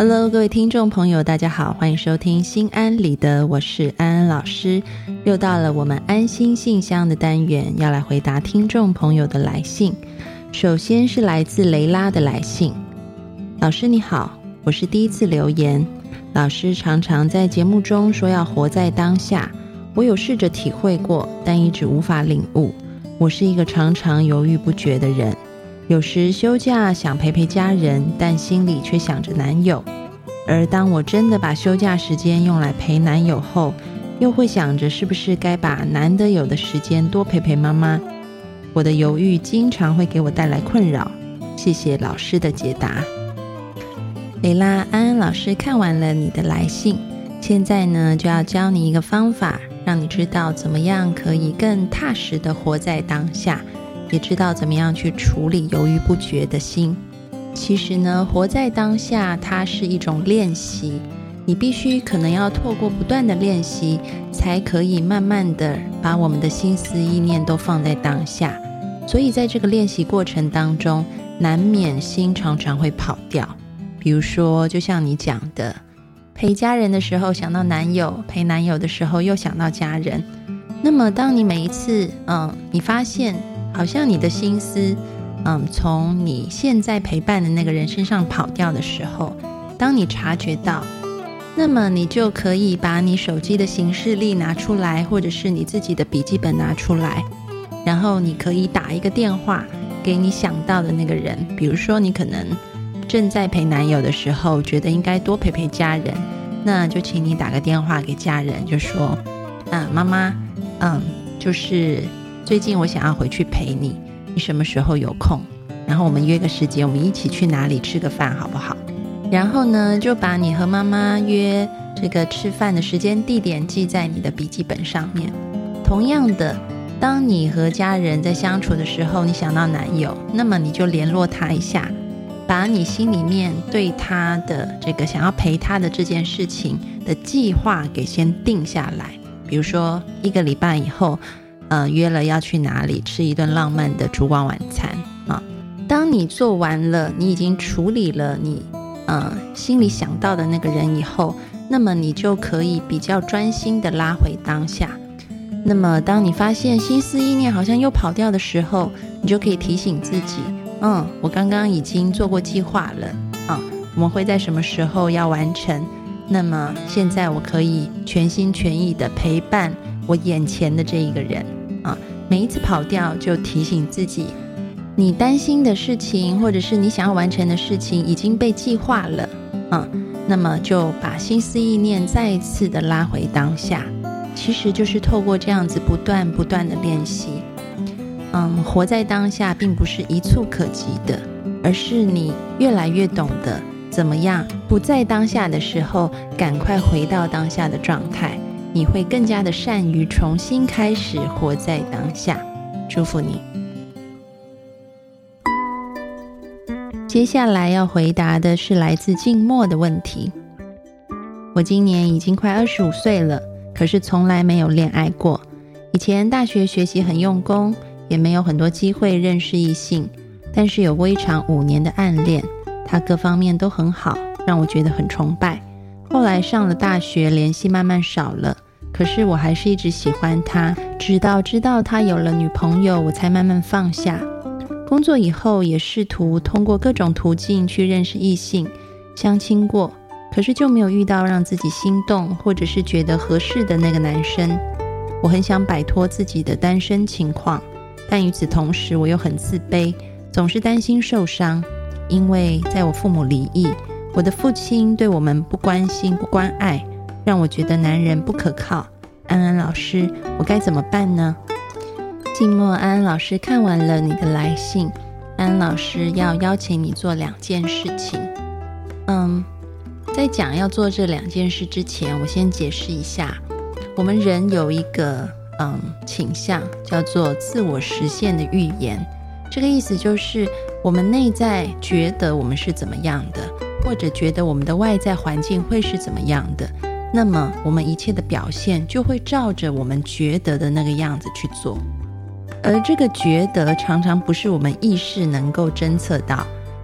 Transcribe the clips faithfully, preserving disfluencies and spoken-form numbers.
Hello， 各位听众朋友，大家好，欢迎收听心安理得，我是安安老师。又到了我们安心信箱的单元，要来回答听众朋友的来信。首先是来自雷拉的来信。老师你好，我是第一次留言。老师常常在节目中说要活在当下，我有试着体会过，但一直无法领悟。我是一个常常犹豫不决的人，有时休假想陪陪家人，但心里却想着男友。而当我真的把休假时间用来陪男友后，又会想着是不是该把难得有的时间多陪陪妈妈。我的犹豫经常会给我带来困扰，谢谢老师的解答。蕾拉，安安老师看完了你的来信，现在呢就要教你一个方法，让你知道怎么样可以更踏实的活在当下，也知道怎么样去处理犹豫不决的心。其实呢，活在当下它是一种练习，你必须可能要透过不断的练习，才可以慢慢的把我们的心思意念都放在当下。所以在这个练习过程当中，难免心常常会跑掉。比如说就像你讲的，陪家人的时候想到男友，陪男友的时候又想到家人。那么当你每一次嗯，你发现好像你的心思嗯，从你现在陪伴的那个人身上跑掉的时候，当你察觉到，那么你就可以把你手机的行事历拿出来，或者是你自己的笔记本拿出来，然后你可以打一个电话给你想到的那个人。比如说你可能正在陪男友的时候，觉得应该多陪陪家人，那就请你打个电话给家人，就说啊，妈妈嗯，就是最近我想要回去陪你，你什么时候有空？然后我们约个时间，我们一起去哪里吃个饭好不好？然后呢，就把你和妈妈约这个吃饭的时间地点记在你的笔记本上面。同样的，当你和家人在相处的时候，你想到男友，那么你就联络他一下，把你心里面对他的这个想要陪他的这件事情的计划给先定下来。比如说一个礼拜以后呃，约了要去哪里吃一顿浪漫的烛光晚餐啊！当你做完了，你已经处理了你呃心里想到的那个人以后，那么你就可以比较专心的拉回当下。那么当你发现心思意念好像又跑掉的时候，你就可以提醒自己，嗯，我刚刚已经做过计划了啊，我们会在什么时候要完成？那么现在我可以全心全意的陪伴我眼前的这一个人啊，每一次跑掉就提醒自己，你担心的事情或者是你想要完成的事情已经被计划了啊，那么就把心思意念再一次的拉回当下。其实就是透过这样子不断不断的练习，嗯，活在当下并不是一触可及的，而是你越来越懂得怎么样不在当下的时候赶快回到当下的状态，你会更加的善于重新开始活在当下。祝福你。接下来要回答的是来自静默的问题。我今年已经快二十五岁了，可是从来没有恋爱过。以前大学学习很用功，也没有很多机会认识异性，但是有过一场五年的暗恋，他各方面都很好，让我觉得很崇拜。后来上了大学，联系慢慢少了，可是我还是一直喜欢他，直到知道他有了女朋友，我才慢慢放下。工作以后也试图通过各种途径去认识异性，相亲过，可是就没有遇到让自己心动或者是觉得合适的那个男生。我很想摆脱自己的单身情况，但与此同时我又很自卑，总是担心受伤。因为在我父母离异，我的父亲对我们不关心不关爱，让我觉得男人不可靠。安安老师，我该怎么办呢？静默，安安老师看完了你的来信，安安老师要邀请你做两件事情。嗯，在讲要做这两件事之前，我先解释一下，我们人有一个嗯倾向，叫做自我实现的预言。这个意思就是我们内在觉得我们是怎么样的，或者觉得我们的外在环境会是怎么样的，那么我们一切的表现就会照着我们觉得的那个样子去做。而这个觉得常常不是我们意识能够侦测到，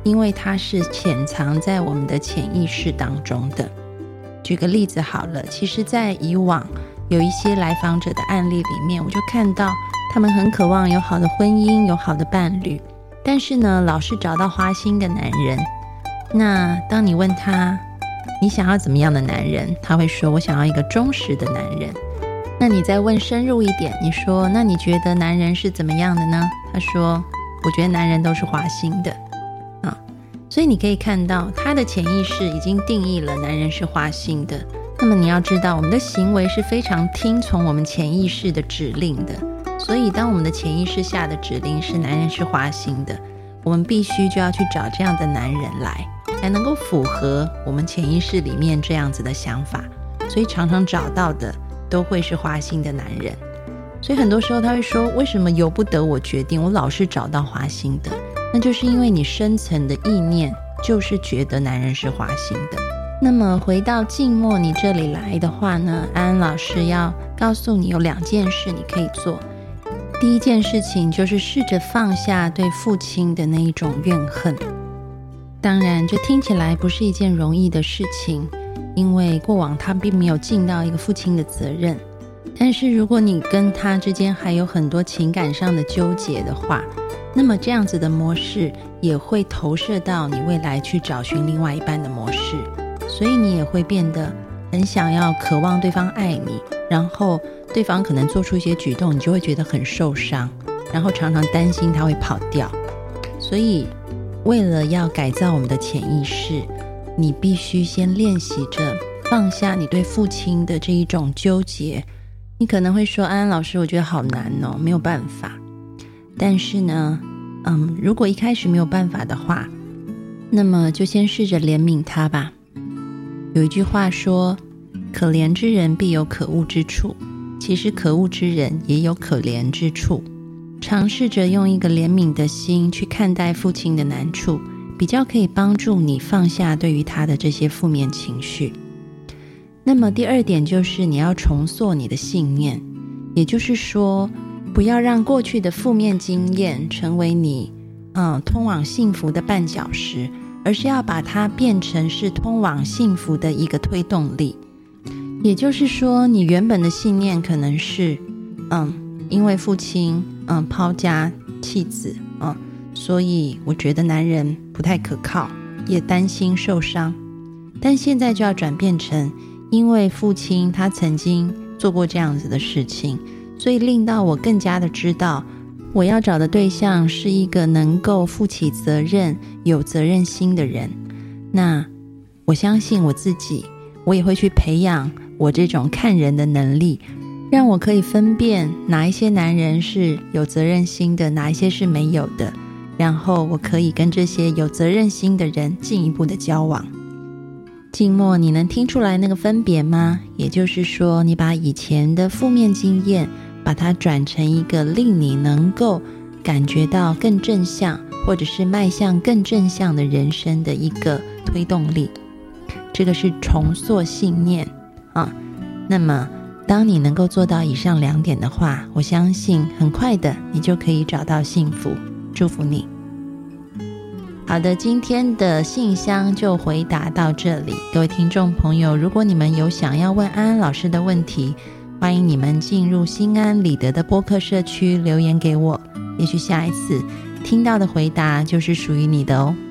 因为它是潜藏在我们的潜意识当中的。举个例子好了，其实在以往有一些来访者的案例里面，我就看到他们很渴望有好的婚姻，有好的伴侣，但是呢老是找到花心的男人。那当你问他你想要怎么样的男人，他会说我想要一个忠实的男人。那你再问深入一点，你说那你觉得男人是怎么样的呢？他说我觉得男人都是花心的啊。所以你可以看到他的潜意识已经定义了男人是花心的。那么你要知道我们的行为是非常听从我们潜意识的指令的，所以当我们的潜意识下的指令是男人是花心的，我们必须就要去找这样的男人来，才能够符合我们潜意识里面这样子的想法。所以常常找到的都会是花心的男人。所以很多时候他会说为什么由不得我决定，我老是找到花心的，那就是因为你深层的意念就是觉得男人是花心的。那么回到静默你这里来的话呢，安安老师要告诉你有两件事你可以做。第一件事情就是试着放下对父亲的那一种怨恨。当然这听起来不是一件容易的事情，因为过往他并没有尽到一个父亲的责任。但是如果你跟他之间还有很多情感上的纠结的话，那么这样子的模式也会投射到你未来去找寻另外一半的模式，所以你也会变得很想要渴望对方爱你，然后对方可能做出一些举动，你就会觉得很受伤，然后常常担心他会跑掉。所以为了要改造我们的潜意识，你必须先练习着放下你对父亲的这一种纠结。你可能会说安安老师我觉得好难哦，没有办法。但是呢嗯，如果一开始没有办法的话，那么就先试着怜悯他吧。有一句话说可怜之人必有可恶之处，其实可恶之人也有可怜之处。尝试着用一个怜悯的心去看待父亲的难处，比较可以帮助你放下对于他的这些负面情绪。那么第二点就是你要重塑你的信念，也就是说不要让过去的负面经验成为你嗯，通往幸福的绊脚石，而是要把它变成是通往幸福的一个推动力。也就是说你原本的信念可能是嗯，因为父亲嗯抛家弃子嗯，所以我觉得男人不太可靠，也担心受伤。但现在就要转变成因为父亲他曾经做过这样子的事情，所以令到我更加的知道我要找的对象是一个能够负起责任有责任心的人。那我相信我自己，我也会去培养我这种看人的能力，让我可以分辨哪一些男人是有责任心的，哪一些是没有的，然后我可以跟这些有责任心的人进一步的交往。静默，你能听出来那个分别吗？也就是说你把以前的负面经验把它转成一个令你能够感觉到更正向，或者是迈向更正向的人生的一个推动力。这个是重塑信念啊。那么当你能够做到以上两点的话，我相信很快的你就可以找到幸福。祝福你。好的，今天的信箱就回答到这里。各位听众朋友，如果你们有想要问安安老师的问题，欢迎你们进入心安理得的播客社区留言给我，也许下一次听到的回答就是属于你的哦。